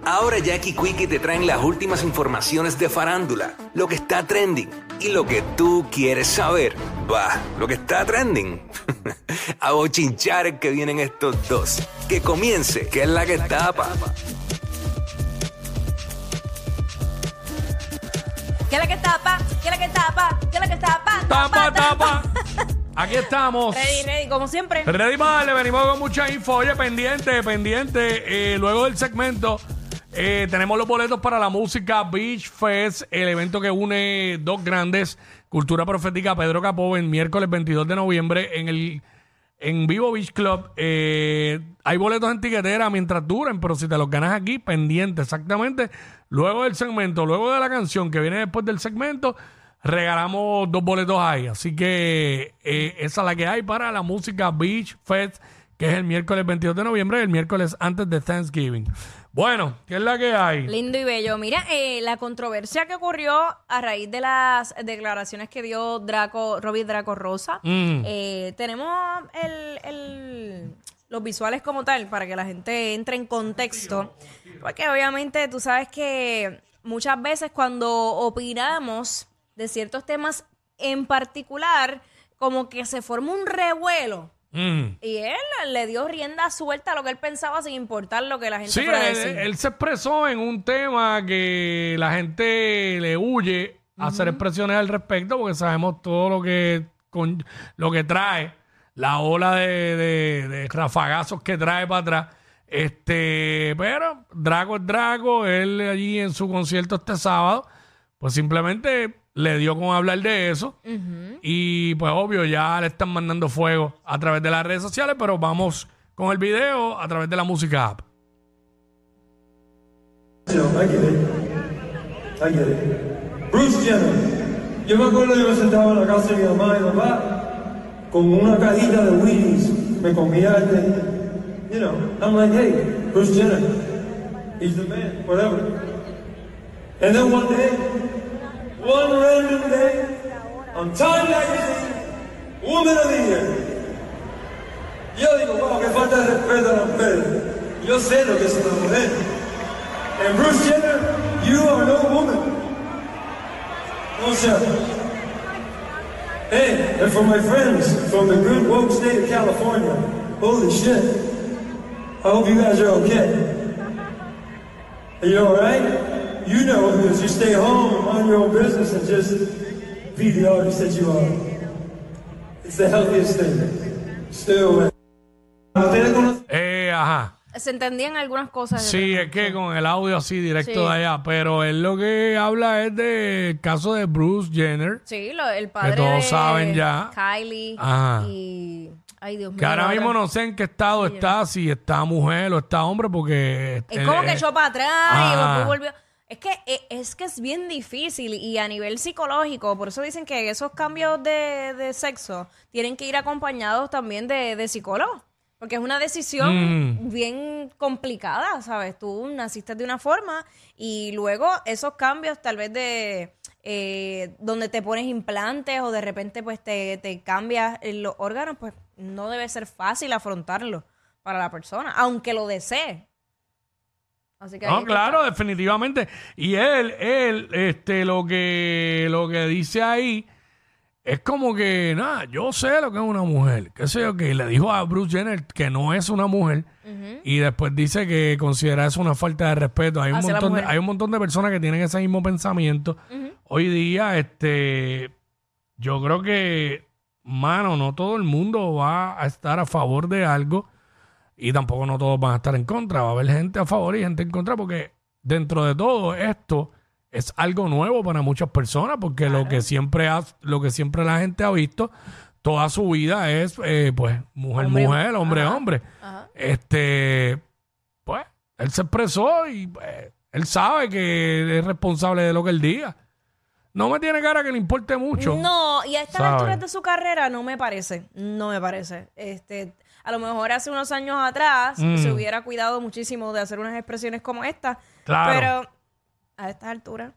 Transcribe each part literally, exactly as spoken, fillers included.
Ahora Jackie Quickie te traen las últimas informaciones de farándula, lo que está trending y lo que tú quieres saber. Va, lo que está trending. A bochinchar que vienen estos dos. Que comience, que es la que tapa. ¿Qué es la que tapa? ¿Qué es la que tapa? ¿Qué es la que tapa? Tapa, tapa. Aquí estamos. Ready, ready, como siempre. Ready, vale, venimos con mucha info. Oye, pendiente, pendiente. Eh, luego del segmento, eh, tenemos los boletos para la música Beach Fest, el evento que une dos grandes, Cultura Profética Pedro Capó, el miércoles veintidós de noviembre en el en Vivo Beach Club. Eh, hay boletos en tiquetera mientras duren, pero si te los ganas aquí, pendiente, exactamente. Luego del segmento, luego de la canción que viene después del segmento, regalamos dos boletos ahí. Así que eh, esa es la que hay para la música Beach Fest, que es el miércoles veintidós de noviembre, el miércoles antes de Thanksgiving. Bueno, ¿qué es la que hay? Lindo y bello. Mira, eh, la controversia que ocurrió a raíz de las declaraciones que dio Draco, Robbie Draco Rosa. Mm. Eh, tenemos el, el, los visuales como tal para que la gente entre en contexto. Porque obviamente tú sabes que muchas veces cuando opinamos de ciertos temas en particular, como que se forma un revuelo. Mm. Y él le dio rienda suelta a lo que él pensaba sin importar lo que la gente Sí, fuera a él, decir. él se expresó en un tema que la gente le huye a hacer expresiones al respecto porque sabemos todo lo que con, lo que trae, la ola de, de, de rafagazos que trae para atrás. Este, pero Draco es Draco, él allí en su concierto este sábado, pues simplemente le dio con hablar de eso. Uh-huh. Y pues obvio, ya le están mandando fuego a través de las redes sociales, pero vamos con el video a través de la música app. No, I get it. I get it. Bruce Jenner. Yo me acuerdo que yo me sentaba en la casa de mi mamá y papá con una cajita de Wheaties. Me comía el... You know, I'm like, hey, Bruce Jenner. He's the man, whatever. And then one day, one random day, on Time Magazine, Woman of the Year. Yo digo, wow, qué falta de respeto a las mujeres. Yo sé lo que es una mujer. And Bruce Jenner, you are no woman. No, sir. Hey, and for my friends from the good woke state of California, holy shit. I hope you guys are okay. Are you alright? You know, because you stay home and mind your own business and just be the artist that you are. It's the healthiest thing. Stay away. Eh, ajá. Se entendían algunas cosas. Sí, es que con el audio así directo Sí. de allá, pero él lo que habla es del caso de Bruce Jenner, Sí, lo, el padre que todos de saben ya. Kylie Ajá. y... Ay, Dios mío. que ahora la mismo otra. no sé en qué estado está, si está mujer o está hombre, porque... Es él- como que él- echó para atrás Ah. y después volvió. Es que e- es que es bien difícil y a nivel psicológico, por eso dicen que esos cambios de, de sexo tienen que ir acompañados también de, de psicólogos, porque es una decisión Mm. bien complicada, ¿sabes? Tú naciste de una forma y luego esos cambios tal vez de eh, donde te pones implantes o de repente pues te, te cambias los órganos, pues no debe ser fácil afrontarlo para la persona, aunque lo desee. Así que ahí No, es que claro, definitivamente. Y él, él, este, lo que, lo que dice ahí es como que, nada, yo sé lo que es una mujer. Qué sé yo, que le dijo a Bruce Jenner que no es una mujer. Uh-huh. Y después dice que considera eso una falta de respeto. Hay un, Hacia la montón de, mujer. hay un montón de personas que tienen ese mismo pensamiento. Uh-huh. Hoy día, este, yo creo que, mano, no todo el mundo va a estar a favor de algo y tampoco no todos van a estar en contra. Va a haber gente a favor y gente en contra porque dentro de todo esto es algo nuevo para muchas personas porque Claro. lo que siempre ha, lo que siempre la gente ha visto toda su vida es eh, pues mujer, Hombre, mujer, hombre, ajá, hombre. ajá. Este, pues, él se expresó y pues, él sabe que es responsable de lo que él diga. No me tiene cara que le importe mucho. No, y a estas ¿Sabe? alturas de su carrera no me parece, no me parece. Este, a lo mejor hace unos años atrás Mm. se hubiera cuidado muchísimo de hacer unas expresiones como esta, Claro. pero a estas alturas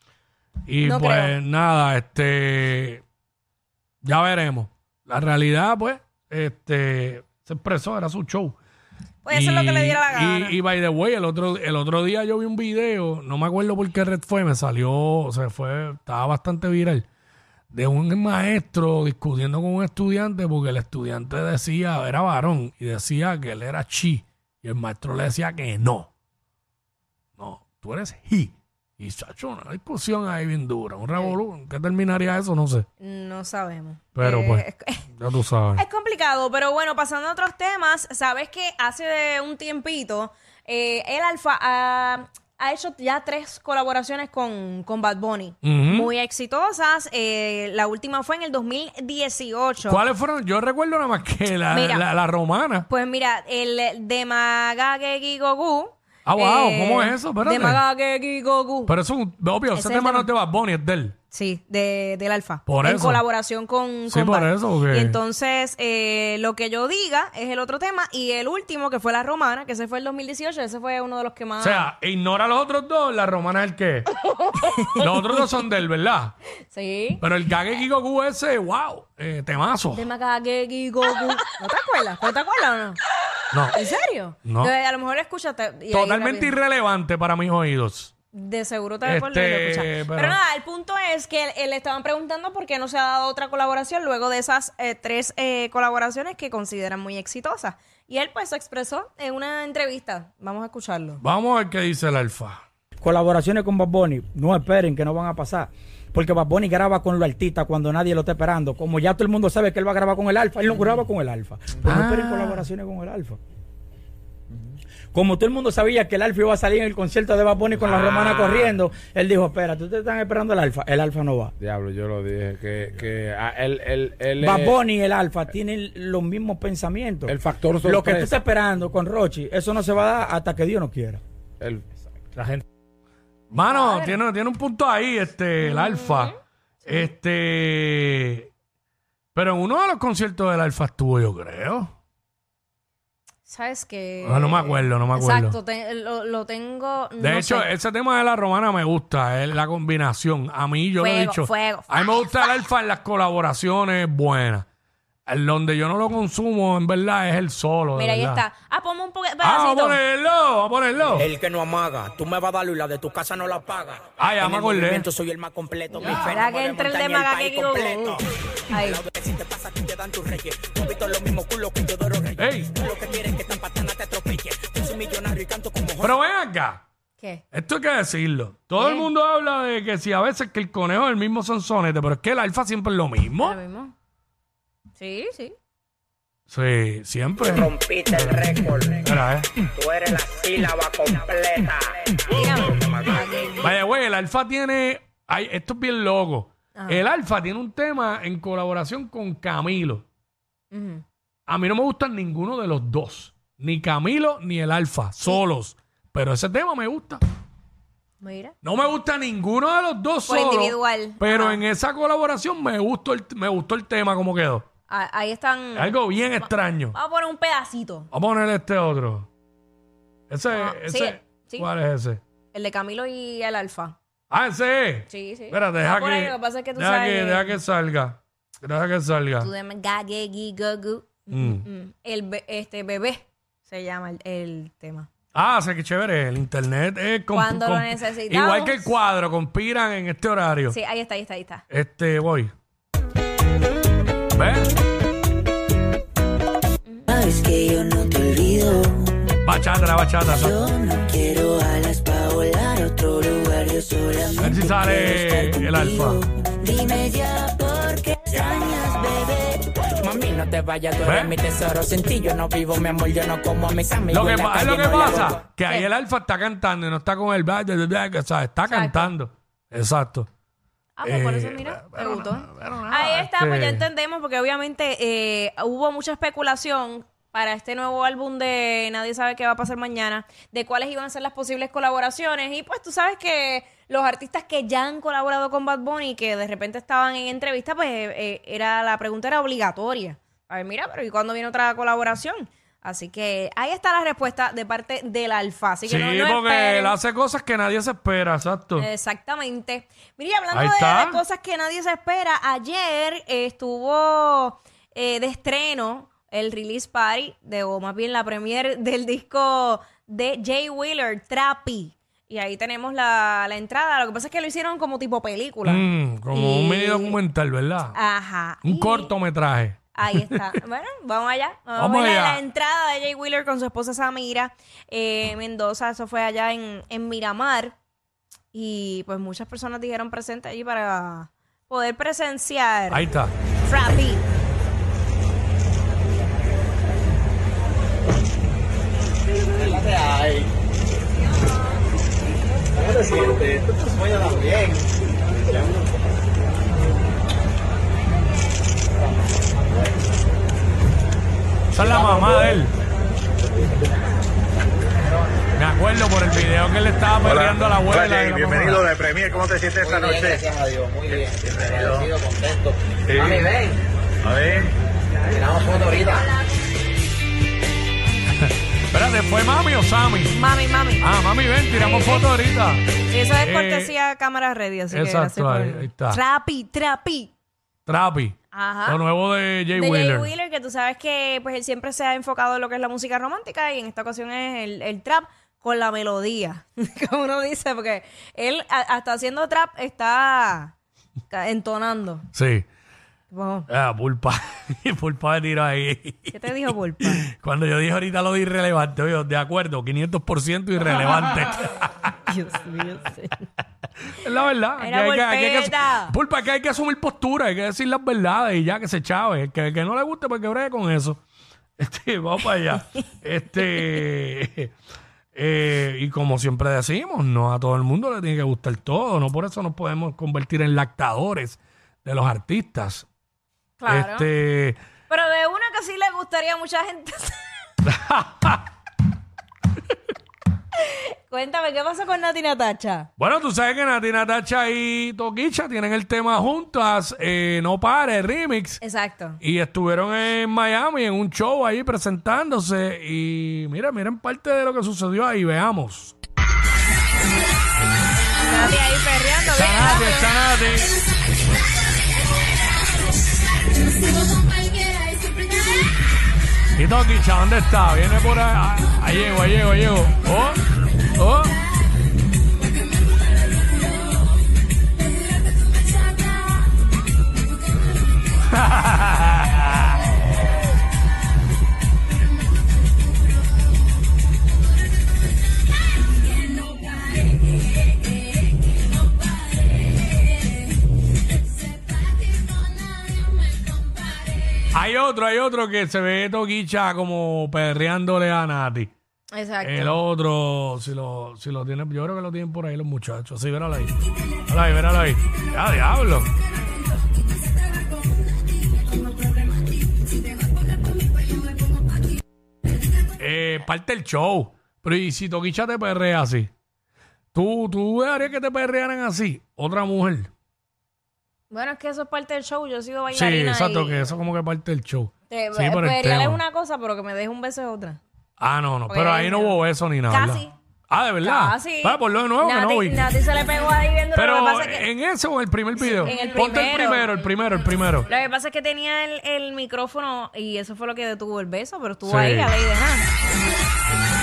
Y no pues creo. nada, este, ya veremos. La realidad, pues, este, se expresó, era su show. Puede ser lo que le diera la gana. Y, y by the way, el otro, el otro día yo vi un video, no me acuerdo por qué red fue, me salió, o sea, fue, estaba bastante viral, de un maestro discutiendo con un estudiante porque el estudiante decía, era varón, y decía que él era chi, y el maestro le decía que no. No, tú eres he. Y chacho, una discusión ahí bien dura, un revolú. ¿En qué terminaría eso? No sé. No sabemos. Pero Eh, pues, es- ya tú sabes. Es complicado, pero bueno, pasando a otros temas, sabes que hace un tiempito eh, el Alfa ha, ha hecho ya tres colaboraciones con, con Bad Bunny, Ujú. muy exitosas. Eh, la última fue en el dos mil dieciocho. ¿Cuáles fueron? Yo recuerdo nada más que la, Mira. la, la romana. Pues mira, el de Magagegi Goku. Ah, wow, ¿cómo es eso? Espérate. De Magagegi Goku. Pero eso es un, obvio, ese Ese tema es no de- es de Bad Bunny, es de él. Sí, de, del Alfa. Por en eso. colaboración con, Sí, con por Bad. eso, porque- Y entonces, eh, lo que yo diga es el otro tema. Y el último, que fue la romana, que ese fue el dos mil dieciocho, ese fue uno de los que más... O sea, ignora los otros dos, la romana es el qué. Los otros dos son de él, ¿verdad? Sí. Pero el Gageki Goku ese, wow, eh, temazo. De Magagegi Goku. ¿No te acuerdas? ¿No te acuerdas o no? No, ¿En serio? No. Entonces, a lo mejor escúchate. y ahí totalmente rápido. irrelevante para mis oídos. De seguro te vas a Este, volver a escuchar. Pero... pero- nada, el punto es que él- él le estaban preguntando por qué no se ha dado otra colaboración luego de esas eh, tres eh, colaboraciones que consideran muy exitosas. Y él pues se expresó en una entrevista. Vamos a escucharlo. Vamos a ver qué dice el Alfa. Colaboraciones con Bad Bunny, no esperen que no van a pasar. Porque Bad Bunny graba con los artistas cuando nadie lo está esperando. Como ya todo el mundo sabe que él va a grabar con el Alfa, él no graba con el Alfa. Pues no Ah. esperen colaboraciones con el Alfa. Como todo el mundo sabía que el Alfa iba a salir en el concierto de Bad Bunny con la Ah. romana corriendo, él dijo, espera, ¿tú te están esperando el Alfa? El Alfa no va. Diablo, yo lo dije, que, que ah, él, él, él Bad es- Bunny y el Alfa tienen los mismos pensamientos. El factor Lo que tú sorpresa. estás esperando con Rochi, eso no se va a dar hasta que Dios no quiera. él- La gente. Mano, tiene, tiene un punto ahí, este, el Alfa. Este. Pero en uno de los conciertos del Alfa estuvo, yo creo. ¿Sabes qué? Ah, no me acuerdo, no me acuerdo. Exacto, te- lo, lo tengo... De no hecho, sé. ese tema de la romana me gusta, es la combinación. A mí, yo lo he Fuego, dicho. fuego, A mí me gusta el Alfa en las colaboraciones buenas. En donde yo no lo consumo, en verdad, es el solo. de Mira, ahí verdad. está. Ah, ponme un poco- Ah, vamos a pedacito. ponerlo, vamos a ponerlo. El que no amaga, tú me vas a dar y la de tu casa no la paga. Ah, ya En me el acordé. movimiento soy el más completo. Mi fe Ahora no que me entre el monta de ni el país Magageki Goku. completo. Ahí. Lado de si te pasa, tú te dan tus reyes. Tú has visto los mismos culos que Teodoro Reyes. Ey, Tú lo que quieres es que tan patana te atropelle. Yo soy millonario y canto como Jorge. pero ven acá. ¿Qué? Esto hay que decirlo. Todo ¿Qué? el mundo habla de que si a veces que el conejo es el mismo sonsonete, pero es que el Alfa siempre es lo mismo. ¿Ahora mismo? Sí, sí. Sí, siempre. Rompiste el récord. Espera, eh. Tú eres la sílaba completa. Dígame. Vaya, güey, el Alfa tiene. Ay, esto es bien loco. El Alfa tiene un tema en colaboración con Camilo. Ujú. A mí no me gustan ninguno de los dos. Ni Camilo ni el Alfa, solos. Pero ese tema me gusta. Mira. No me gusta ninguno de los dos Por solos. individual. Pero Ajá. en esa colaboración me gustó el, me gustó el tema como quedó. Ah, ahí están. Algo bien extraño. Vamos a poner un pedacito. Vamos a poner este otro. Ese, Ah, ese. sí, sí. ¿Cuál es ese? El de Camilo y el Alfa. Ah, ese es. Sí, sí. Espérate, Vamos deja a poner, que, Lo que pasa es que tú deja, sabes que, que- deja que salga. Deja que salga. Tú de Magageki Goku. Mm. Mm. El be- este bebé se llama el, el tema. Ah, sé que chévere. El internet es con- Cuando lo con- necesitamos. igual que el cuadro, conspiran en este horario. Sí, ahí está, ahí está, ahí está. Este, voy. ¿Ves? Sabes que yo no te olvido. Bachata, la bachata. Yo no quiero alas para volar a otro lugar. Yo solamente A ver si sale quiero estar el Alfa. contigo. Dime ya por qué extrañas, bebé. Mami, no te vayas, tú ¿Ves? eres mi tesoro. Sin ti yo no vivo, mi amor, yo no como a mis amigos. Lo que, en la pa- es lo calle que no le hago- pasa, que ahí el Alfa está cantando y no está con el bla, bla, bla, bla, o sea, está cantando. Exacto. Ah, pues por Eh, eso, mira, me pero gustó. nada, pero nada, Ahí está, pues ya este- entendemos, porque obviamente eh, hubo mucha especulación para este nuevo álbum de Nadie sabe qué va a pasar mañana, de cuáles iban a ser las posibles colaboraciones. Y pues tú sabes que los artistas que ya han colaborado con Bad Bunny, que de repente estaban en entrevista, pues eh, era la pregunta era obligatoria. A ver, mira, pero ¿y cuándo viene otra colaboración? Así que ahí está la respuesta de parte del Alfa. Así que Sí, no, no porque esperen. él hace cosas que nadie se espera, exacto. Exactamente. Mira, y hablando Ahí de, está. de cosas que nadie se espera, ayer eh, estuvo eh, de estreno el release party, de, o más bien la premiere del disco de Jay Wheeler, Trapi. Y ahí tenemos la, la entrada. Lo que pasa es que lo hicieron como tipo película. Mm, como Y- un mini documental, ¿verdad? Ajá. Un Y cortometraje. Ahí está. Bueno, vamos allá. Vamos, Vamos a ver la- allá. la entrada de Jay Wheeler con su esposa Samira eh, Mendoza. Eso fue allá en, en Miramar. Y pues muchas personas dijeron presente allí para poder presenciar Ahí está. Trapi. ¿Cómo te sientes? Esto es tu sueño también. Esa es la mamá de él. Me acuerdo por el video que él le estaba peleando a la abuela. Hola, Jay, y la bienvenido mamá. de Premier. ¿Cómo te sientes esta Muy bien, noche? gracias a Dios, muy bien. Bienvenido. Agradecido, contento. Sí. Mami, ven. A ver. Tiramos foto ahorita. Espérate, ¿fue mami o Sammy? Mami, mami. Ah, mami, ven, tiramos fotos ahorita. Sí, eso es Eh, cortesía cámara ready, así que exacto, gracias por- ahí- ahí está. Trapi, Trapi. Trapi. Ajá. Lo nuevo de Jay de Wheeler. Jay Wheeler, que tú sabes que pues él siempre se ha enfocado en lo que es la música romántica y en esta ocasión es el, el trap con la melodía, como uno dice, porque él a- hasta haciendo trap está ca- entonando. Sí. Wow. Ah, pulpa. Pulpa me tiró ahí. ¿Qué te dijo Pulpa? Cuando yo dije ahorita lo de irrelevante, oye, de acuerdo, quinientos por ciento irrelevante. Dios mío, sí. Es la verdad. Era que hay que- hay que- Pulpeta. Pulpa, que hay que asumir postura, hay que decir las verdades y ya que se chave. El que, el que no le guste, pues que bregue con eso. Este, vamos para allá. Este. eh, y como siempre decimos, no a todo el mundo le tiene que gustar todo. No por eso nos podemos convertir en lactadores de los artistas. Claro. Este. Pero de una que sí le gustaría a mucha gente. Cuéntame, ¿qué pasó con Nati Natacha? Bueno, tú sabes que Nati Natacha y Toquicha tienen el tema juntas, eh, No Pare, remix. Exacto. Y estuvieron en Miami en un show ahí presentándose. Y mira, miren parte de lo que sucedió ahí, veamos. Nati ahí perreando. Está bien Nati, rápido. está Nati. Y Toquicha, ¿dónde está? Viene por ahí. Ah, ahí llego, ahí llego, ahí llego. Oh, oh. Hay otro, hay otro que se ve Toquicha como perreándole a Nati. Exacto. El otro, si lo, si lo tiene, yo creo que lo tienen por ahí los muchachos. Sí, véralo ahí. Véralo ahí, véralo ahí. ¡Ya, diablo! Eh, parte el show. Pero ¿y si Toquicha te perrea así? ¿Tú, tú harías que te perrearan así? Otra mujer. Bueno, es que eso es parte del show. Yo he sido Sí, bailarina. exacto, y que eso como que parte del show. Te, Sí, por el perrear es tema. una cosa, pero que me deje un beso es otra. Ah, no, no. Porque Pero ahí no hubo eso ni nada. Casi. ¿verdad? Ah, ¿de verdad? Casi. Va, por lo de nuevo que Nati, no vi. Nati se le pegó ahí viendo. Lo que Pero pasa es que, en ese o en el primer video. en el Ponte el primero. primero, el primero, el primero. lo que pasa es que tenía el, el micrófono y eso fue lo que detuvo el beso, pero estuvo Sí. ahí a ley de nada.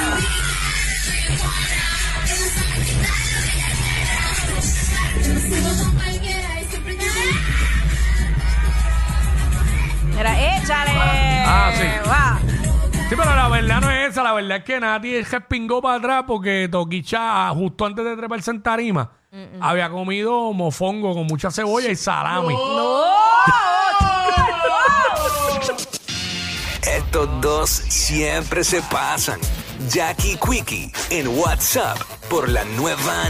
Era, échale. Ah, sí. Va. Sí, pero la verdad no es esa. La verdad es que Nati respingó para atrás porque Toquicha, justo antes de treparse en tarima, había comido mofongo con mucha cebolla y salami. Estos dos siempre se pasan. Jackie Quickie en WhatsApp por la nueva